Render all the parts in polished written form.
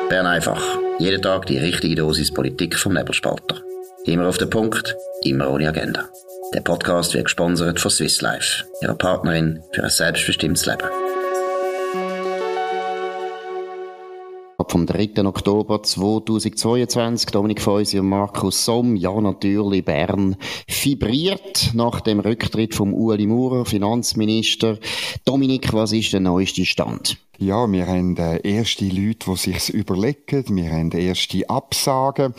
Bern einfach. Jeden Tag die richtige Dosis Politik vom Nebelspalter. Immer auf den Punkt, immer ohne Agenda. Der Podcast wird gesponsert von Swiss Life, ihrer Partnerin für ein selbstbestimmtes Leben. Vom 3. Oktober 2022, Dominik Feusi und Markus Somm, ja natürlich, Bern vibriert nach dem Rücktritt vom Ueli Maurer, Finanzminister. Dominik, was ist der neueste Stand? Ja, wir haben erste Leute, die sich's überlegen. Wir haben erste Absagen.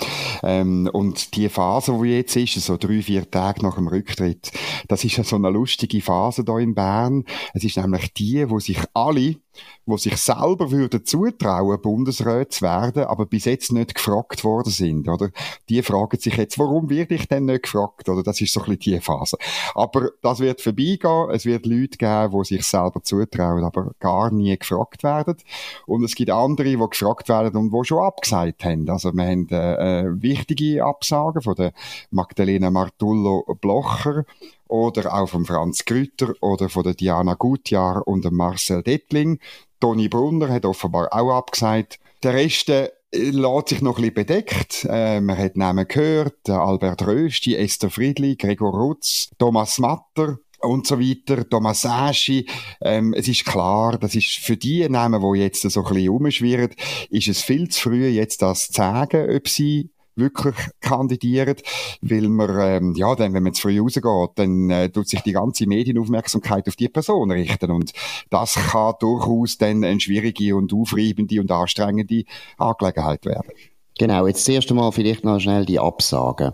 Und die Phase, die jetzt ist, so 3-4 Tage nach dem Rücktritt, das ist ja so eine lustige Phase hier in Bern. Es ist nämlich die, wo sich alle, die sich selber würden zutrauen, Bundesrat zu werden, aber bis jetzt nicht gefragt worden sind, oder? Die fragen sich jetzt, warum werde ich denn nicht gefragt, oder? Das ist so ein bisschen die Phase. Aber das wird vorbeigehen. Es wird Leute geben, die sich selber zutrauen, aber gar nie gefragt werden. Und es gibt andere, die gefragt werden und die schon abgesagt haben. Also wir haben wichtige Absagen von der Magdalena Martullo-Blocher oder auch von Franz Grütter oder von der Diana Gutjahr und dem Marcel Dettling. Toni Brunner hat offenbar auch abgesagt. Der Rest lässt sich noch ein bisschen bedeckt. Man hat Namen gehört, Albert Rösti, Esther Friedli, Gregor Rutz, Thomas Matter und so weiter, Thomas Aschi. Es ist klar, das ist für die Namen, die jetzt so ein bisschen rumschwirren, ist es viel zu früh, jetzt das zu sagen, ob sie wirklich kandidieren, weil man, dann, wenn man zu früh rausgeht, dann tut sich die ganze Medienaufmerksamkeit auf die Person richten und das kann durchaus dann eine schwierige und aufreibende und anstrengende Angelegenheit werden. Genau, jetzt das erste Mal vielleicht noch schnell die Absagen.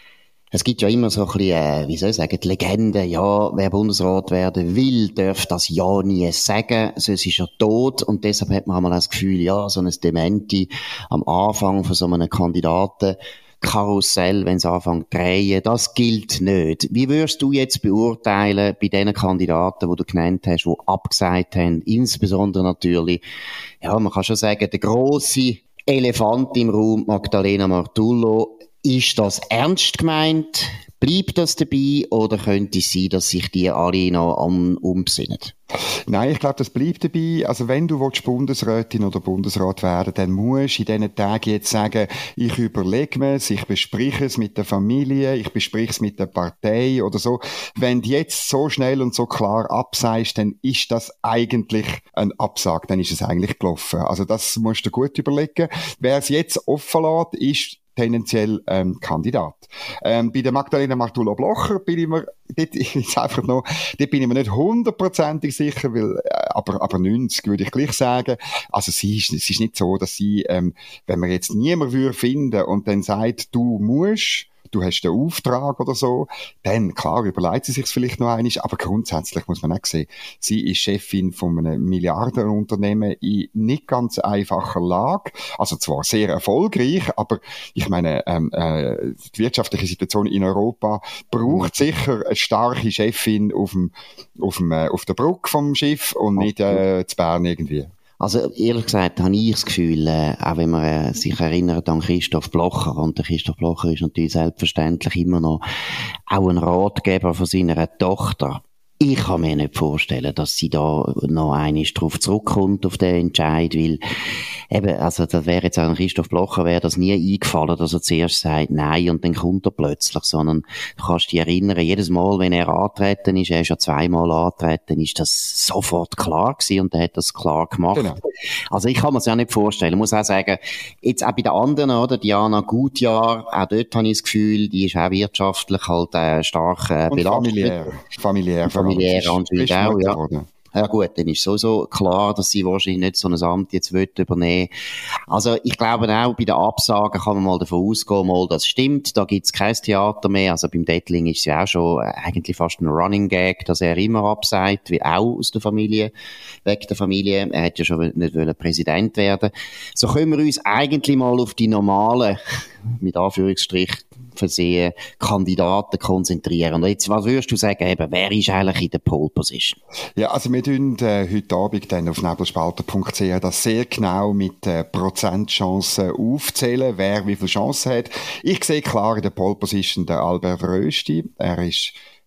Es gibt ja immer so ein bisschen, die Legende, ja, wer Bundesrat werden will, darf das ja nie sagen, sonst ist er tot. Und deshalb hat man einmal das Gefühl, ja, so ein Dementi am Anfang von so einem Kandidatenkarussell, wenn es anfängt zu drehen, das gilt nicht. Wie würdest du jetzt beurteilen bei den Kandidaten, die du genannt hast, die abgesagt haben, insbesondere natürlich, ja, man kann schon sagen, der grosse Elefant im Raum, Magdalena Martullo. Ist das ernst gemeint? Bleibt das dabei? Oder könnte es sein, dass sich die alle noch umbesinnen? Nein, ich glaube, das bleibt dabei. Also wenn du Bundesrätin oder Bundesrat werden, dann musst du in diesen Tagen jetzt sagen, ich überlege mir es, ich bespreche es mit der Familie, ich bespreche es mit der Partei oder so. Wenn du jetzt so schnell und so klar absagst, dann ist das eigentlich ein Absag, dann ist es eigentlich gelaufen. Also das musst du gut überlegen. Wer es jetzt offen lässt, ist tendenziell Kandidat. Bei der Magdalena Martullo-Blocher bin ich mir dort bin ich mir nicht 100% sicher, weil, aber 90 würde ich gleich sagen. Also es ist nicht so, dass sie, wenn man jetzt niemand würde finden und dann sagt, du hast den Auftrag oder so, dann, klar, überlegt sie sich vielleicht noch einmal, aber grundsätzlich muss man auch sehen, sie ist Chefin von einem Milliardenunternehmen in nicht ganz einfacher Lage, also zwar sehr erfolgreich, aber ich meine, die wirtschaftliche Situation in Europa braucht sicher eine starke Chefin auf der Brücke vom Schiff und nicht zu Bern irgendwie. Also, ehrlich gesagt, habe ich das Gefühl, auch wenn man sich erinnert an Christoph Blocher, und der Christoph Blocher ist natürlich selbstverständlich immer noch auch ein Ratgeber von seiner Tochter. Ich kann mir nicht vorstellen, dass sie da noch einmal drauf zurückkommt, auf den Entscheid, weil eben, also, das wäre jetzt auch ein Christoph Blocher, wäre das nie eingefallen, dass er zuerst sagt nein und dann kommt er plötzlich, sondern du kannst dich erinnern, jedes Mal, wenn er antreten ist, er ist ja 2-mal antreten, ist das sofort klar gewesen und er hat das klar gemacht. Genau. Also, ich kann mir das ja nicht vorstellen. Ich muss auch sagen, jetzt auch bei den anderen, oder, Diana Gutjahr, auch dort habe ich das Gefühl, die ist auch wirtschaftlich halt stark belastet. Familiär anscheinend auch, ja. Ja gut, dann ist so klar, dass sie wahrscheinlich nicht so ein Amt jetzt übernehmen. Also ich glaube auch, bei den Absagen kann man mal davon ausgehen, das stimmt, da gibt's kein Theater mehr. Also beim Dettling ist es ja auch schon eigentlich fast ein Running Gag, dass er immer absagt, wie auch aus der Familie, weg der Familie. Er hätte ja schon nicht Präsident werden. So können wir uns eigentlich mal auf die normalen, mit Anführungsstrich versehen, Kandidaten konzentrieren. Und jetzt, was würdest du sagen, eben, wer ist eigentlich in der Pole Position? Ja, also wir tun heute Abend dann auf nebelspalter.ch das sehr genau mit Prozentchancen aufzählen, wer wie viele Chancen hat. Ich sehe klar in der Pole Position den Albert Rösti. Er ist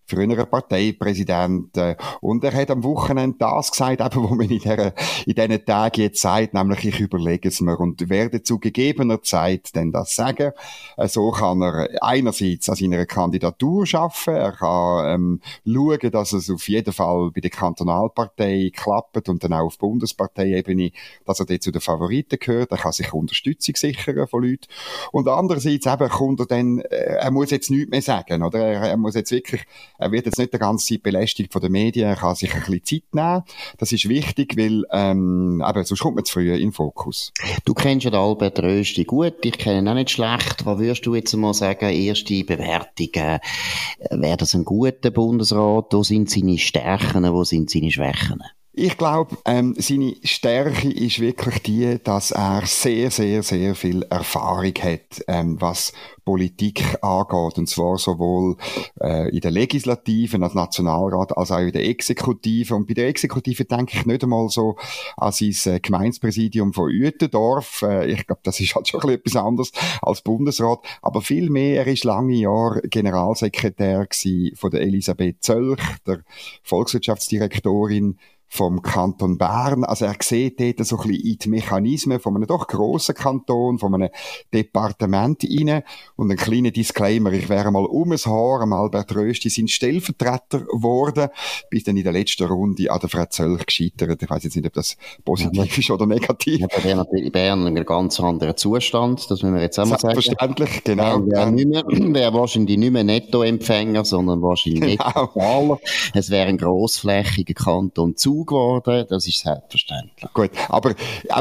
früherer Parteipräsident. Und er hat am Wochenende das gesagt, eben, wo man in diesen Tagen jetzt sagt, nämlich ich überlege es mir und werde zu gegebener Zeit denn das sagen. So kann er einerseits an seiner Kandidatur arbeiten, er kann schauen, dass es auf jeden Fall bei der Kantonalpartei klappt und dann auch auf Bundesparteiebene, dass er dort zu den Favoriten gehört. Er kann sich Unterstützung sichern von Leuten. Und andererseits eben kommt er dann, er muss jetzt nichts mehr sagen, oder? Er muss jetzt wirklich, er wird jetzt nicht die ganze Zeit belästigt von den Medien, er kann sich ein bisschen Zeit nehmen. Das ist wichtig, weil, eben, sonst kommt man zu früh in den Fokus. Du kennst ja den Albert Rösti gut, ich kenne ihn auch nicht schlecht. Was würdest du jetzt mal sagen, erste Bewertungen? Wäre das ein guter Bundesrat? Wo sind seine Stärken, wo sind seine Schwächen? Ich glaube, seine Stärke ist wirklich die, dass er sehr, sehr, sehr viel Erfahrung hat, was Politik angeht. Und zwar sowohl in der Legislative, als Nationalrat, als auch in der Exekutive. Und bei der Exekutive denke ich nicht einmal so an sein Gemeindepräsidium von Uetendorf. Ich glaube, das ist halt schon ein bisschen etwas anderes als Bundesrat. Aber vielmehr, er ist lange Jahre Generalsekretär gewesen von der Elisabeth Zölch, der Volkswirtschaftsdirektorin vom Kanton Bern. Also er sieht dort so ein bisschen in die Mechanismen von einem doch grossen Kanton, von einem Departement rein. Und ein kleiner Disclaimer, ich wäre mal um ein Haar am Albert Rösti sein Stellvertreter geworden, bis dann in der letzten Runde an der Frau Zölch gescheitert. Ich weiss jetzt nicht, ob das positiv ist oder negativ. Ja, bei der natürlich Bern einen ganz anderen Zustand, das müssen wir jetzt auch mal sagen. Selbstverständlich, genau. Wäre wahrscheinlich nicht mehr Nettoempfänger, sondern wahrscheinlich Nettozahler. Es wäre ein grossflächiger Kanton geworden, das ist selbstverständlich. Gut, aber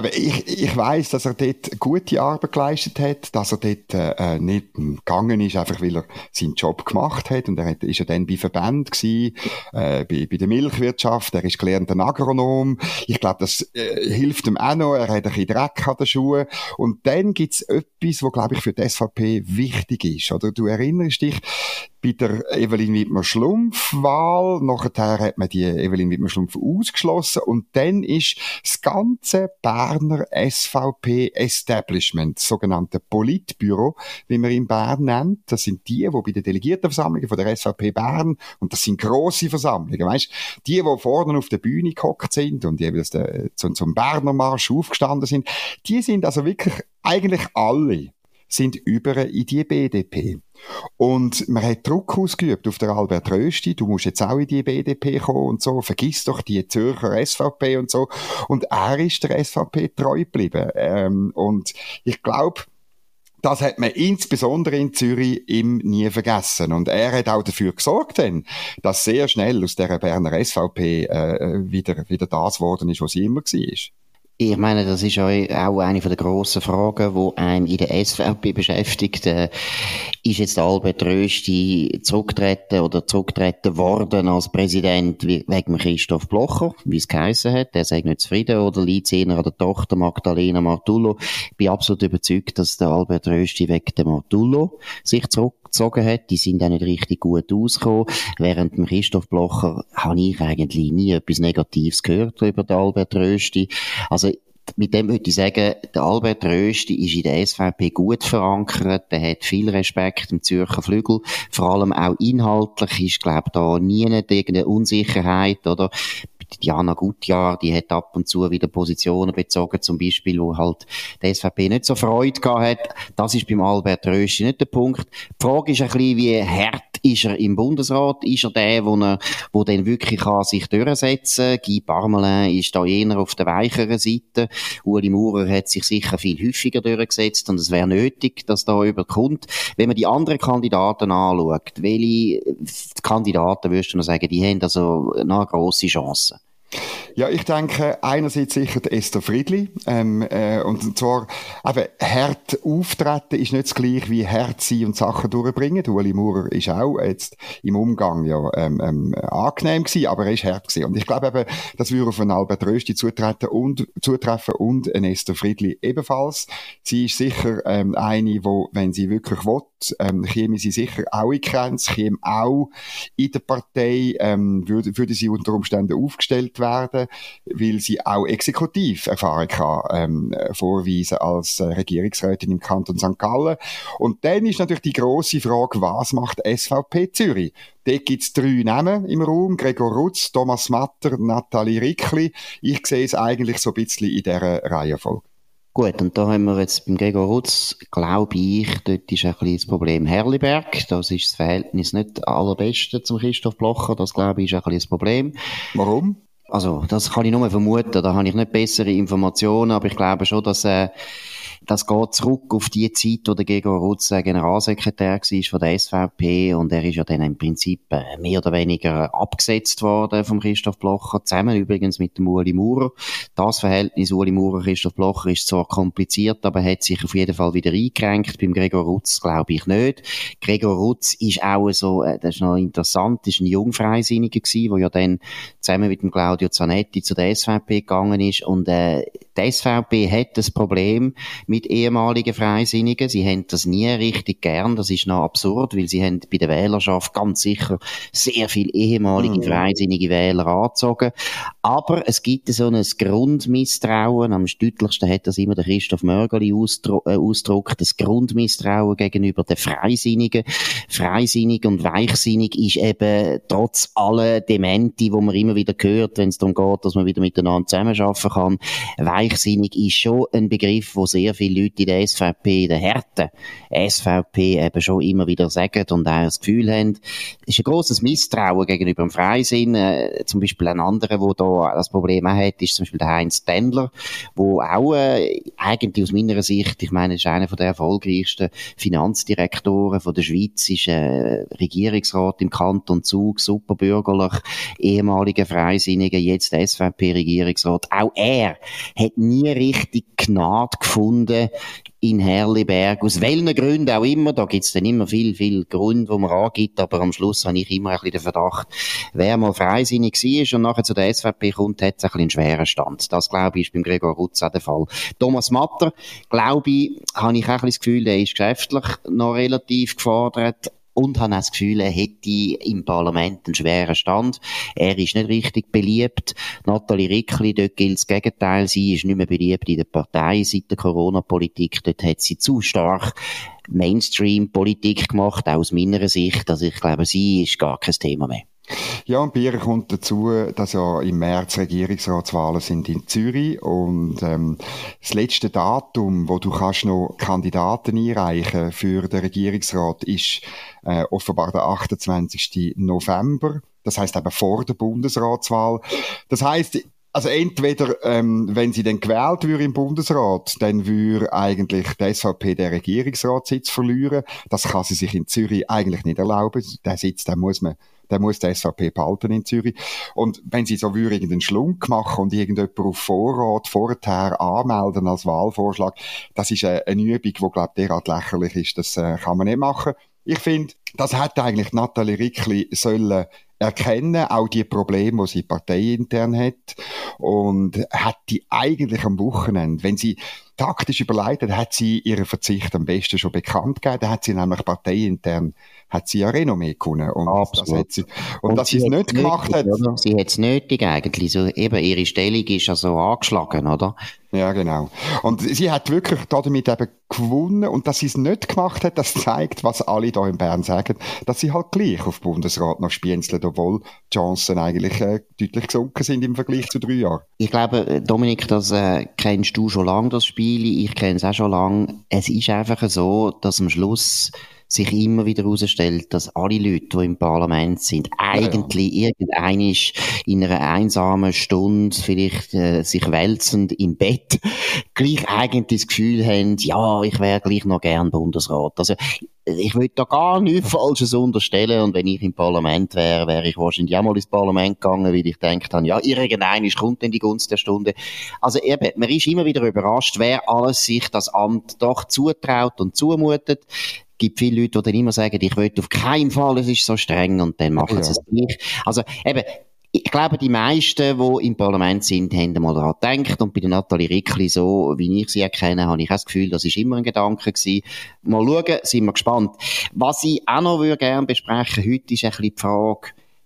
ich weiss, dass er dort gute Arbeit geleistet hat, dass er dort nicht gegangen ist, einfach weil er seinen Job gemacht hat. Und ist ja dann bei Verbänden gewesen, bei der Milchwirtschaft, er ist gelernter Agronom. Ich glaube, das hilft ihm auch noch, er hat ein bisschen Dreck an den Schuhen. Und dann gibt's etwas, was, glaube ich, für die SVP wichtig ist. Oder? Du erinnerst dich, bei der Evelyn Wittmer-Schlumpf-Wahl, nachher hat man die Evelyn Wittmer-Schlumpf ausgeschlossen und dann ist das ganze Berner SVP-Establishment, das sogenannte Politbüro, wie man in Bern nennt, das sind die bei den Delegiertenversammlungen von der SVP Bern, und das sind grosse Versammlungen, weißt, die vorne auf der Bühne gehockt sind und die zum Berner Marsch aufgestanden sind, die sind also wirklich, eigentlich alle sind über in die BDP. Und man hat Druck ausgeübt auf den Albert Rösti, du musst jetzt auch in die BDP kommen und so, vergiss doch die Zürcher SVP und so. Und er ist der SVP treu geblieben. Und ich glaube, das hat man insbesondere in Zürich ihm nie vergessen. Und er hat auch dafür gesorgt, dass sehr schnell aus der Berner SVP wieder das geworden ist, was sie immer war. Ich meine, das ist auch eine der grossen Fragen, die einen in der SVP beschäftigt. Ist jetzt Albert Rösti zurückgetreten worden als Präsident wegen Christoph Blocher, wie es geheissen hat? Der sei nicht zufrieden, oder liegt es eher an der Tochter Magdalena Martullo? Ich bin absolut überzeugt, dass der Albert Rösti wegen der Martullo sich zurückgezogen hat. Die sind auch nicht richtig gut ausgekommen. Während dem Christoph Blocher habe ich eigentlich nie etwas Negatives gehört über den Albert Rösti. Also, mit dem würde ich sagen, der Albert Rösti ist in der SVP gut verankert, der hat viel Respekt im Zürcher Flügel, vor allem auch inhaltlich ist, glaube da nie irgendeine Unsicherheit, oder? Diana Gutjahr, die hat ab und zu wieder Positionen bezogen, zum Beispiel, wo halt die SVP nicht so Freude gehabt hat. Das ist beim Albert Rösti nicht der Punkt. Die Frage ist ein bisschen, wie hart ist er im Bundesrat? Ist er der, wo dann wirklich sich durchsetzen kann? Guy Parmelin ist da eher auf der weicheren Seite. Ueli Maurer hat sich sicher viel häufiger durchgesetzt und es wäre nötig, dass da überkommt. Wenn man die anderen Kandidaten anschaut, welche Kandidaten würdest du noch sagen, die haben also noch eine grosse Chance? Ja, ich denke, einerseits sicher der Esther Friedli, und zwar, eben, hart auftreten ist nicht das gleiche wie hart sein und Sachen durchbringen. Ueli Maurer ist auch jetzt im Umgang, ja, angenehm gewesen, aber er ist hart gewesen. Und ich glaube eben, das würde auf einen Albert Rösti zutreffen und eine Esther Friedli ebenfalls. Sie ist sicher, eine, wo, wenn sie wirklich will, käme sie sicher auch in Grenze, käme auch in der Partei, würde sie unter Umständen aufgestellt werden. weil sie auch Exekutiverfahrung kann, vorweisen als Regierungsrätin im Kanton St. Gallen. Und dann ist natürlich die grosse Frage, was macht SVP Zürich? Dort gibt's 3 Namen im Raum. Gregor Rutz, Thomas Matter, Nathalie Rickli. Ich sehe es eigentlich so ein bisschen in dieser Reihenfolge. Gut, und da haben wir jetzt beim Gregor Rutz, glaube ich, dort ist ein bisschen das Problem Herliberg. Das ist das Verhältnis nicht allerbeste zum Christoph Blocher. Das, glaube ich, ist ein bisschen das Problem. Warum? Also, das kann ich nur vermuten. Da habe ich nicht bessere Informationen, aber ich glaube schon, dass das geht zurück auf die Zeit, wo der Gregor Rutz Generalsekretär war von der SVP, und er ist ja dann im Prinzip mehr oder weniger abgesetzt worden vom Christoph Blocher, zusammen übrigens mit dem Ueli Maurer. Das Verhältnis Ueli Maurer-Christoph Blocher ist zwar kompliziert, aber hat sich auf jeden Fall wieder eingerenkt. Beim Gregor Rutz glaube ich nicht. Gregor Rutz ist auch so, das ist noch interessant, ist ein Jungfreisinniger gewesen, der ja dann zusammen mit dem Claudio Zanetti zu der SVP gegangen ist, und die SVP hat das Problem mit ehemaligen Freisinnigen. Sie haben das nie richtig gern. Das ist noch absurd, weil sie haben bei der Wählerschaft ganz sicher sehr viele ehemalige freisinnige Wähler angezogen. Aber es gibt so ein Grundmisstrauen. Am deutlichsten hat das immer der Christoph Mörgeli ausgedrückt. Das Grundmisstrauen gegenüber den Freisinnigen. Freisinnig und weichsinnig ist eben trotz aller Demente, die man immer wieder hört, wenn es darum geht, dass man wieder miteinander zusammenarbeiten kann. Weichsinnig ist schon ein Begriff, wo sehr viele Leute in der SVP, der harten SVP, eben schon immer wieder sagen und auch das Gefühl haben, es ist ein grosses Misstrauen gegenüber dem Freisinn. Zum Beispiel ein anderer, der da das Problem auch hat, ist zum Beispiel der Heinz Tendler, wo auch eigentlich aus meiner Sicht, ich meine, ist einer der erfolgreichsten Finanzdirektoren von der Schweiz, ist Regierungsrat im Kanton Zug, superbürgerlich, ehemaliger Freisinniger, jetzt SVP-Regierungsrat. Auch er hat nie richtig Gnade gefunden in Herliberg, aus welchen Gründen auch immer. Da gibt's dann immer viel Gründe, wo man angibt, aber am Schluss habe ich immer ein bisschen den Verdacht, wer mal freisinnig war und nachher zu der SVP kommt, hat es ein bisschen einen schweren Stand. Das, glaube ich, ist beim Gregor Rutz auch der Fall. Thomas Matter, glaube ich, habe ich auch ein bisschen das Gefühl, der ist geschäftlich noch relativ gefordert. Und habe auch das Gefühl, er hätte im Parlament einen schweren Stand. Er ist nicht richtig beliebt. Nathalie Rickli, dort gilt das Gegenteil. Sie ist nicht mehr beliebt in der Partei seit der Corona-Politik. Dort hat sie zu stark Mainstream-Politik gemacht, auch aus meiner Sicht. Also ich glaube, sie ist gar kein Thema mehr. Ja, und bei ihr kommt dazu, dass ja im März Regierungsratswahlen sind in Zürich, und das letzte Datum, wo du kannst noch Kandidaten einreichen für den Regierungsrat, ist offenbar der 28. November. Das heisst eben vor der Bundesratswahl. Das heisst, also entweder, wenn sie dann gewählt würde im Bundesrat, dann würde eigentlich die SVP den Regierungsratssitz verlieren. Das kann sie sich in Zürich eigentlich nicht erlauben. Den Sitz, den muss die SVP behalten in Zürich. Und wenn sie so würde irgendeinen Schlunk machen und irgendjemand auf Vorrat vorher anmelden als Wahlvorschlag, das ist eine Übung, die, glaube ich, derart lächerlich ist. Das kann man nicht machen. Ich finde, das hätte eigentlich Nathalie Rickli sollen erkennen, auch die Probleme, die sie parteiintern hat, und hat die eigentlich am Wochenende, wenn sie taktisch überlegt hat, hat sie ihren Verzicht am besten schon bekannt gegeben, da hat sie nämlich parteiintern hat sie ja Renommee gewonnen. Und das hat sie, und dass sie es nicht gemacht hat. Oder? Sie hat es nötig eigentlich. So, eben, ihre Stellung ist ja so angeschlagen, oder? Ja, genau. Und sie hat wirklich damit eben gewonnen. Und dass sie es nicht gemacht hat, das zeigt, was alle da in Bern sagen, dass sie halt gleich auf Bundesrat noch spienzelt, obwohl die Chancen eigentlich deutlich gesunken sind im Vergleich zu 3 Jahren. Ich glaube, Dominik, das kennst du schon lange, das Spiel. Ich kenne es auch schon lange. Es ist einfach so, dass am Schluss sich immer wieder herausstellt, dass alle Leute, die im Parlament sind, eigentlich irgendeinisch in einer einsamen Stunde, vielleicht sich wälzend im Bett, gleich eigentlich das Gefühl haben, ja, ich wäre gleich noch gern Bundesrat. Also ich will da gar nichts Falsches unterstellen, und wenn ich im Parlament wäre, wäre ich wahrscheinlich auch mal ins Parlament gegangen, weil ich gedacht habe, ja, irgendeinisch kommt denn die Gunst der Stunde. Also eben, man ist immer wieder überrascht, wer alles sich das Amt doch zutraut und zumutet. Es gibt viele Leute, die dann immer sagen, ich will auf keinen Fall, es ist so streng, und dann machen sie es nicht. Also eben, ich glaube, die meisten, die im Parlament sind, haben einmal daran gedacht, und bei der Nathalie Rickli, so wie ich sie erkenne, habe ich auch das Gefühl, das ist immer ein Gedanke gewesen. Mal schauen, sind wir gespannt. Was ich auch noch gerne besprechen würde, heute ist ein bisschen die Frage,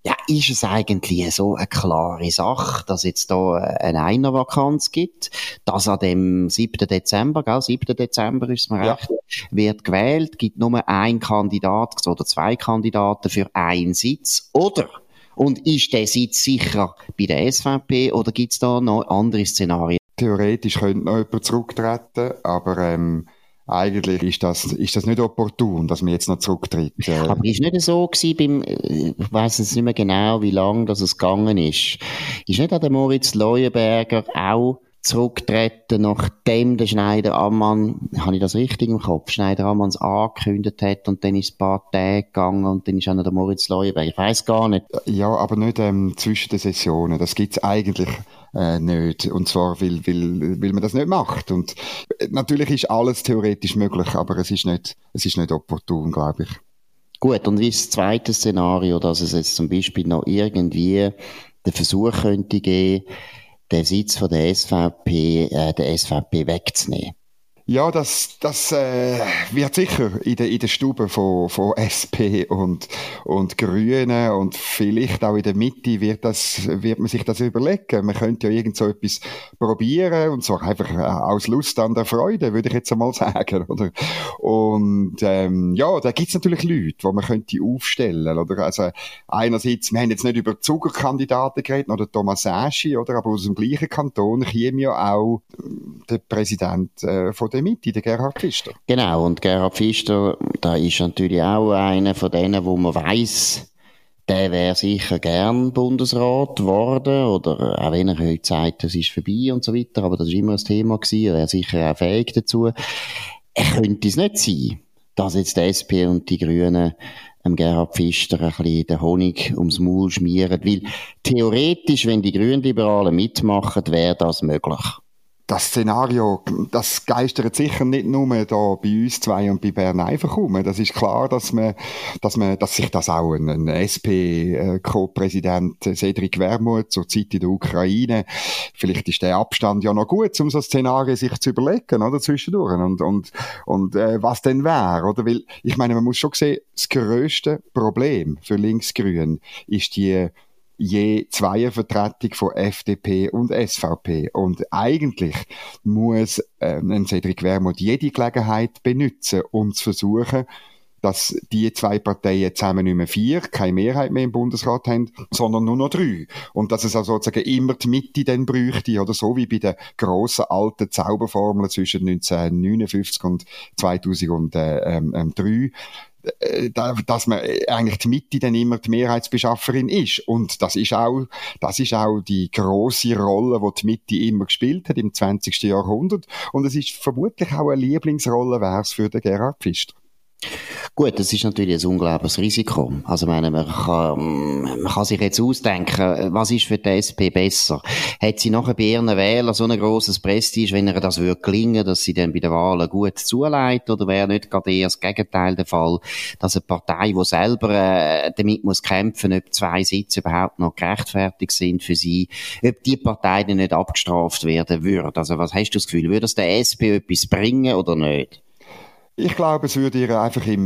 Ja, ist es eigentlich so eine klare Sache, dass jetzt da eine Einervakanz gibt, dass an dem 7. Dezember, gell, 7. Dezember ist es mir Ja. recht, wird gewählt, gibt nur ein Kandidat oder zwei Kandidaten für einen Sitz, oder? Und ist der Sitz sicher bei der SVP oder gibt es da noch andere Szenarien? Theoretisch könnte noch jemand zurücktreten, aber eigentlich ist das nicht opportun, dass man jetzt noch zurücktritt. Aber ist nicht so gewesen ich weiss jetzt nicht mehr genau, wie lange das gegangen ist. Ist nicht auch der Moritz Leuenberger auch zurückgetreten, nachdem der Schneider-Ammann, habe ich das richtig im Kopf, Schneider-Ammann es angekündigt hat und dann ist es ein paar Tage gegangen und dann ist auch noch der Moritz Leuenberger. Ich weiss gar nicht. Ja, aber nicht zwischen den Sessionen. Das gibt's eigentlich nicht. Und zwar, weil man das nicht macht. Und natürlich ist alles theoretisch möglich, aber es ist nicht opportun, glaube ich. Gut, und wie ist das zweite Szenario, dass es jetzt zum Beispiel noch irgendwie den Versuch könnte geben, den Sitz von der SVP wegzunehmen? Ja, das wird sicher in der Stube von SP und Grünen und vielleicht auch in der Mitte wird man sich das überlegen. Man könnte ja irgend so etwas probieren und zwar einfach aus Lust an der Freude, würde ich jetzt einmal sagen, oder? Und ja, da gibt's natürlich Leute, die man könnte aufstellen, oder? Also einerseits, wir haben jetzt nicht über Zugerkandidaten geredet oder Thomas Aschi, oder? Aber aus dem gleichen Kanton käme ja auch der Präsident von der Mitte, der Gerhard Pfister. Genau, und Gerhard Pfister, da ist natürlich auch einer von denen, wo man weiss, der wäre sicher gern Bundesrat geworden, oder auch wenn er heute sagt, das ist vorbei und so weiter, aber das ist immer ein Thema gewesen, er wäre sicher auch fähig dazu. Er könnte es nicht sein, dass jetzt die SP und die Grünen Gerhard Pfister ein bisschen den Honig ums Maul schmieren, weil theoretisch, wenn die Grünliberalen mitmachen, wäre das möglich. Das Szenario, das geistert sicher nicht nur da bei uns zwei und bei Bern einfach um. Das ist klar, dass sich das auch ein SP-Co-Präsident Cedric Wermuth zur Zeit in der Ukraine, vielleicht ist der Abstand ja noch gut, um so ein Szenario sich zu überlegen, oder, zwischendurch. Und was denn wäre, oder? Weil, ich meine, man muss schon sehen, das grösste Problem für Linksgrün ist die je Zweiervertretung von FDP und SVP. Und eigentlich muss ein Cedric Wermuth jede Gelegenheit benutzen, um zu versuchen, dass die zwei Parteien zusammen nicht mehr 4, keine Mehrheit mehr im Bundesrat haben, sondern nur noch 3. Und dass es also sozusagen immer die Mitte dann bräuchte, oder so wie bei den grossen alten Zauberformeln zwischen 1959 und 2003, dass man eigentlich die Mitte dann immer die Mehrheitsbeschafferin ist. Und das ist auch die grosse Rolle, die die Mitte immer gespielt hat im 20. Jahrhundert. Und es ist vermutlich auch eine Lieblingsrolle wär's für den Gerhard Pfister. Gut, das ist natürlich ein unglaubliches Risiko. Also, man kann sich jetzt ausdenken, was ist für die SP besser? Hat sie nachher bei ihren Wählern so ein grosses Prestige, wenn ihr das würde gelingen, dass sie dann bei den Wahlen gut zuleitet? Oder wäre nicht gerade eher das Gegenteil der Fall, dass eine Partei, die selber damit muss kämpfen, ob 2 Sitze überhaupt noch gerechtfertigt sind für sie, ob die Partei dann nicht abgestraft werden würde? Also, was hast du das Gefühl? Würde es der SP etwas bringen oder nicht? Ich glaube, es würde ihr einfach im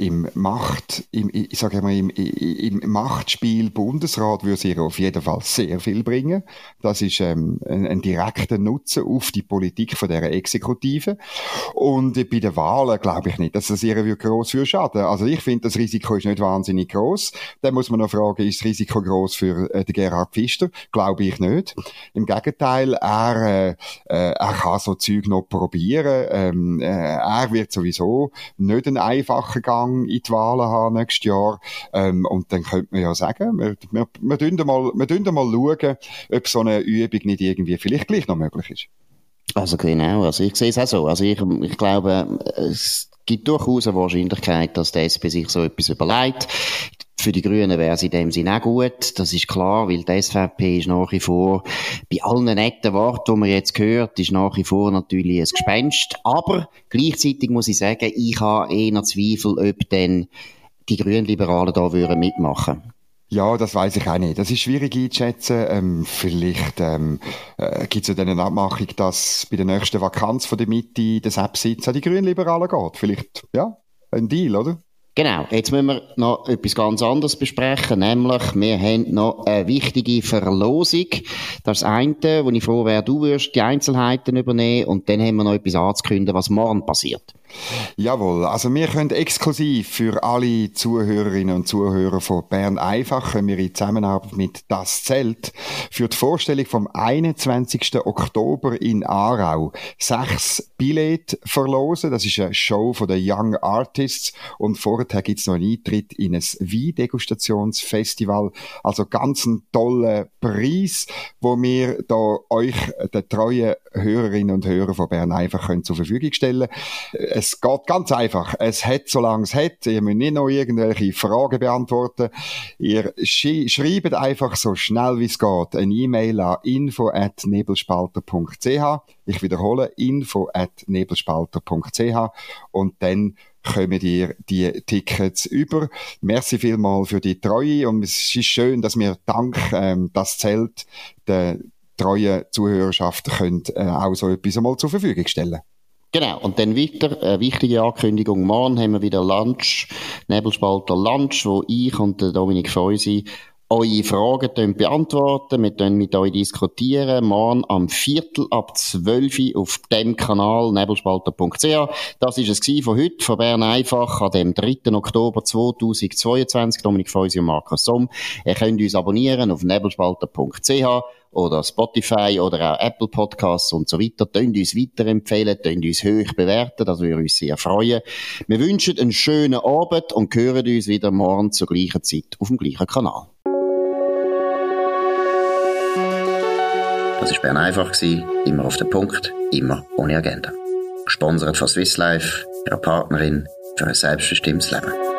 Machtspiel Bundesrat würde es ihr auf jeden Fall sehr viel bringen. Das ist ein direkter Nutzen auf die Politik von dieser Exekutive. Und bei den Wahlen glaube ich nicht, dass es ihr gross für schaden. Also ich finde, das Risiko ist nicht wahnsinnig gross. Dann muss man noch fragen, ist das Risiko gross für den Gerhard Pfister? Glaube ich nicht. Im Gegenteil, er kann so Zeug noch probieren. Er wird sowieso nicht einen einfachen Gang in die Wahlen haben nächstes Jahr. Und dann könnte man ja sagen, wir dürfen mal schauen, ob so eine Übung nicht irgendwie vielleicht gleich noch möglich ist. Also genau, also ich sehe es auch so. Also ich glaube, es gibt durchaus eine Wahrscheinlichkeit, dass die SP sich so etwas überlegt. Für die Grünen wäre es in dem Sinne auch gut. Das ist klar, weil die SVP ist nach wie vor, bei allen netten Worten, die man jetzt hört, ist nach wie vor natürlich ein Gespenst. Aber gleichzeitig muss ich sagen, ich habe eher Zweifel, ob denn die Grünliberalen da mitmachen würden. Ja, das weiß ich auch nicht. Das ist schwierig einzuschätzen. Vielleicht gibt es ja dann eine Abmachung, dass bei der nächsten Vakanz von der Mitte der SEP-Sitz an die Grünliberalen geht. Vielleicht, ja, ein Deal, oder? Genau, jetzt müssen wir noch etwas ganz anderes besprechen, nämlich wir haben noch eine wichtige Verlosung. Das ist das eine, wo ich froh wäre, du würdest die Einzelheiten übernehmen, und dann haben wir noch etwas anzukündigen, was morgen passiert. Jawohl, also wir können exklusiv für alle Zuhörerinnen und Zuhörer von Bern einfach, können wir in Zusammenarbeit mit Das Zelt für die Vorstellung vom 21. Oktober in Aarau 6 Billette verlosen. Das ist eine Show von den Young Artists, und vorher gibt es noch einen Eintritt in ein Weindegustationsfestival. Also ganz ein toller Preis, wo wir da euch, den treuen Hörerinnen und Hörer von Bern einfach können zur Verfügung stellen. Es geht ganz einfach. Es hat, solange es hat. Ihr müsst nicht noch irgendwelche Fragen beantworten. Ihr schreibt einfach so schnell wie es geht eine E-Mail an info@nebelspalter.ch. Ich wiederhole, info@nebelspalter.ch, und dann kommen ihr die Tickets über. Merci vielmals für die Treue, und es ist schön, dass wir dank Das Zelt der treuen Zuhörerschaft können auch so etwas einmal zur Verfügung stellen. Genau, und dann weiter, eine wichtige Ankündigung, morgen haben wir wieder Lunch, Nebelspalter Lunch, wo ich und der Dominik Feusi eure Fragen beantworten. Wir können mit euch diskutieren. Morgen am 11:45 auf dem Kanal nebelspalter.ch. Das ist es von heute, von Bern einfach, an dem 3. Oktober 2022. Dominik Feusi und Markus Somm. Ihr könnt uns abonnieren auf nebelspalter.ch oder Spotify oder auch Apple Podcasts und so weiter. Könnt uns weiterempfehlen, könnt uns hoch bewerten, das würde uns sehr freuen. Wir wünschen einen schönen Abend und hören uns wieder morgen zur gleichen Zeit auf dem gleichen Kanal. Das war Bern einfach, immer auf den Punkt, immer ohne Agenda. Gesponsert von Swiss Life, ihrer Partnerin für ein selbstbestimmtes Leben.